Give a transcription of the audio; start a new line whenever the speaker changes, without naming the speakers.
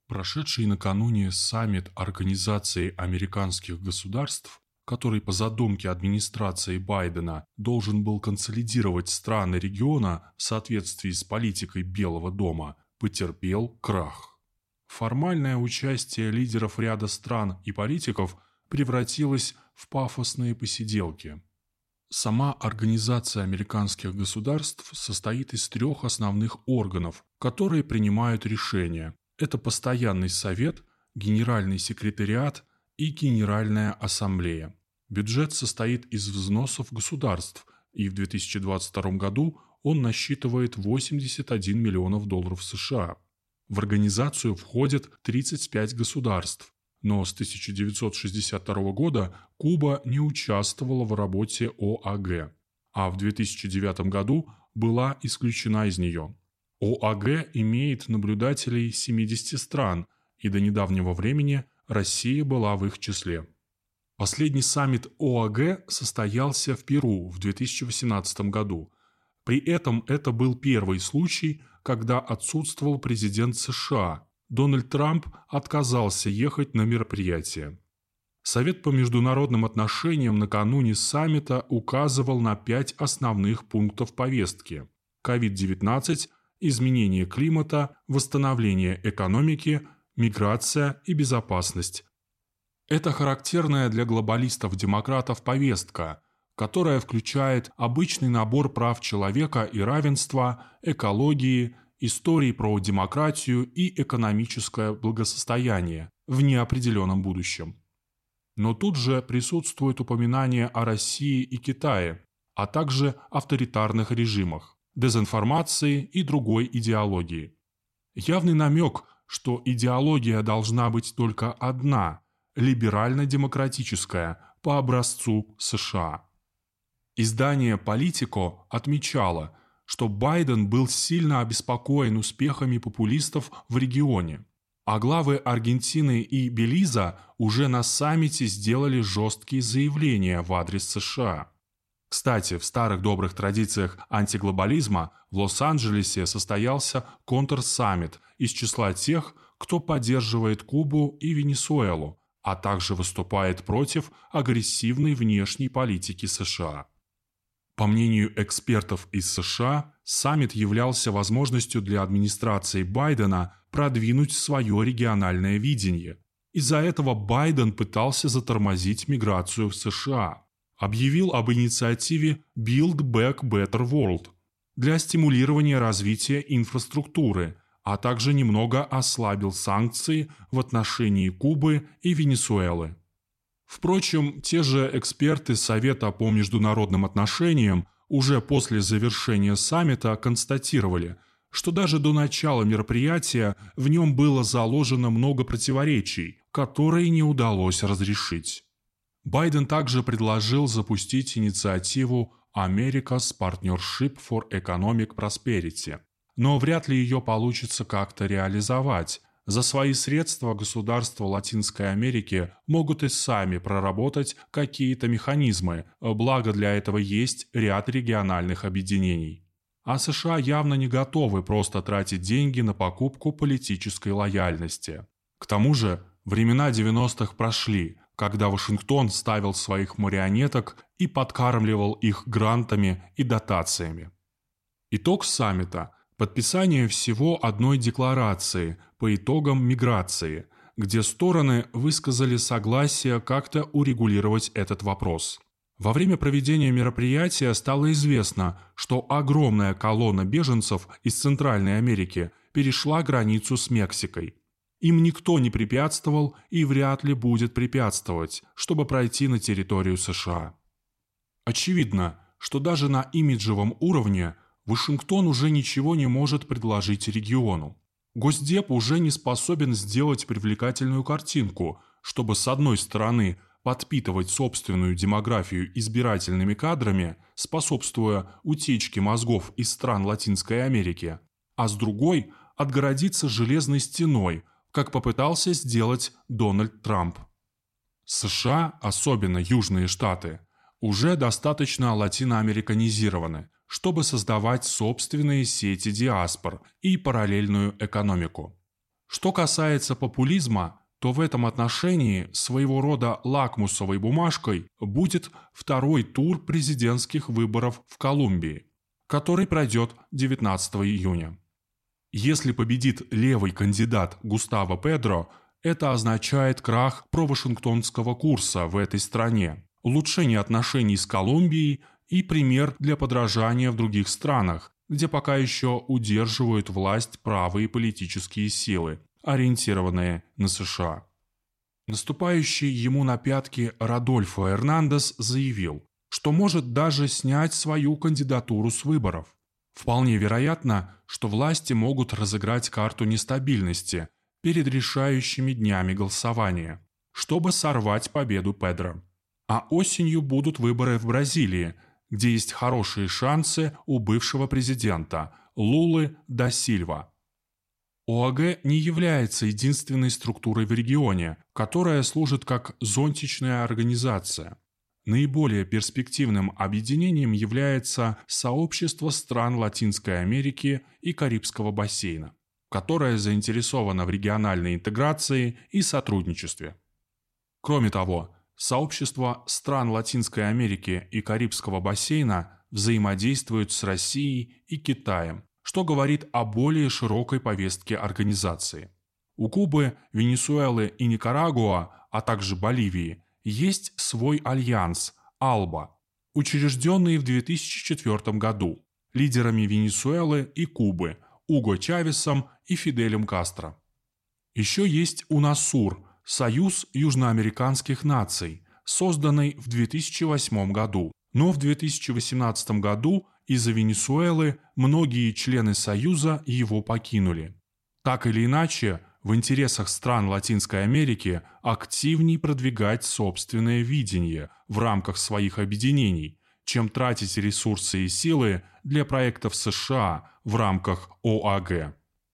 Прошедший накануне саммит Организации американских государств, который по задумке администрации Байдена должен был консолидировать страны региона в соответствии с политикой Белого дома, потерпел крах. Формальное участие лидеров ряда стран и политиков превратилось в пафосные посиделки. Сама Организация американских государств состоит из 3 основных органов, которые принимают решения. Это Постоянный совет, Генеральный секретариат и Генеральная ассамблея. Бюджет состоит из взносов государств, и в 2022 году он насчитывает $81 миллионов США. В организацию входят 35 государств, но с 1962 года Куба не участвовала в работе ОАГ, а в 2009 году была исключена из нее. ОАГ имеет наблюдателей 70 стран, и до недавнего времени Россия была в их числе. Последний саммит ОАГ состоялся в Перу в 2018 году. При этом это был первый случай, когда отсутствовал президент США. Дональд Трамп отказался ехать на мероприятие. Совет по международным отношениям накануне саммита указывал на 5 основных пунктов повестки: COVID-19, изменение климата, восстановление экономики, миграция и безопасность. Это характерная для глобалистов-демократов повестка, которая включает обычный набор прав человека и равенства, экологии, истории про демократию и экономическое благосостояние в неопределенном будущем. Но тут же присутствует упоминание о России и Китае, а также авторитарных режимах, дезинформации и другой идеологии. Явный намек, что идеология должна быть только одна – либерально-демократическая, по образцу США. Издание «Политико» отмечало, что Байден был сильно обеспокоен успехами популистов в регионе, а главы Аргентины и Белиза уже на саммите сделали жесткие заявления в адрес США. Кстати, в старых добрых традициях антиглобализма в Лос-Анджелесе состоялся контрсаммит из числа тех, кто поддерживает Кубу и Венесуэлу, а также выступает против агрессивной внешней политики США. По мнению экспертов из США, саммит являлся возможностью для администрации Байдена продвинуть свое региональное видение. Из-за этого Байден пытался затормозить миграцию в США. Объявил об инициативе Build Back Better World для стимулирования развития инфраструктуры, а также немного ослабил санкции в отношении Кубы и Венесуэлы. Впрочем, те же эксперты Совета по международным отношениям уже после завершения саммита констатировали, что даже до начала мероприятия в нем было заложено много противоречий, которые не удалось разрешить. Байден также предложил запустить инициативу America's Partnership for Economic Prosperity, но вряд ли ее получится как-то реализовать. За свои средства государства Латинской Америки могут и сами проработать какие-то механизмы, благо для этого есть ряд региональных объединений. А США явно не готовы просто тратить деньги на покупку политической лояльности. К тому же, времена 90-х прошли, когда Вашингтон ставил своих марионеток и подкармливал их грантами и дотациями. Итог саммита – подписание всего одной декларации по итогам миграции, где стороны высказали согласие как-то урегулировать этот вопрос. Во время проведения мероприятия стало известно, что огромная колонна беженцев из Центральной Америки перешла границу с Мексикой. Им никто не препятствовал и вряд ли будет препятствовать, чтобы пройти на территорию США. Очевидно, что даже на имиджевом уровне Вашингтон уже ничего не может предложить региону. Госдеп уже не способен сделать привлекательную картинку, чтобы с одной стороны подпитывать собственную демографию избирательными кадрами, способствуя утечке мозгов из стран Латинской Америки, а с другой – отгородиться железной стеной, как попытался сделать Дональд Трамп. США, особенно Южные Штаты, уже достаточно латиноамериканизированы, чтобы создавать собственные сети диаспор и параллельную экономику. Что касается популизма, то в этом отношении своего рода лакмусовой бумажкой будет второй тур президентских выборов в Колумбии, который пройдет 19 июня. Если победит левый кандидат Густаво Педро, это означает крах провашингтонского курса в этой стране, улучшение отношений с Колумбией и пример для подражания в других странах, где пока еще удерживают власть правые политические силы, ориентированные на США. Наступающий ему на пятки Родольфо Эрнандес заявил, что может даже снять свою кандидатуру с выборов. Вполне вероятно, что власти могут разыграть карту нестабильности перед решающими днями голосования, чтобы сорвать победу Педро. А осенью будут выборы в Бразилии, где есть хорошие шансы у бывшего президента Лулы да Сильва. ОАГ не является единственной структурой в регионе, которая служит как зонтичная организация. Наиболее перспективным объединением является сообщество стран Латинской Америки и Карибского бассейна, которое заинтересовано в региональной интеграции и сотрудничестве. Кроме того, сообщество стран Латинской Америки и Карибского бассейна взаимодействует с Россией и Китаем, что говорит о более широкой повестке организации. У Кубы, Венесуэлы и Никарагуа, а также Боливии, есть свой альянс «Алба», учрежденный в 2004 году лидерами Венесуэлы и Кубы Уго Чавесом и Фиделем Кастро. Еще есть УНАСУР – Союз южноамериканских наций, созданный в 2008 году, но в 2018 году из-за Венесуэлы многие члены Союза его покинули. Так или иначе, в интересах стран Латинской Америки активней продвигать собственное видение в рамках своих объединений, чем тратить ресурсы и силы для проектов США в рамках ОАГ.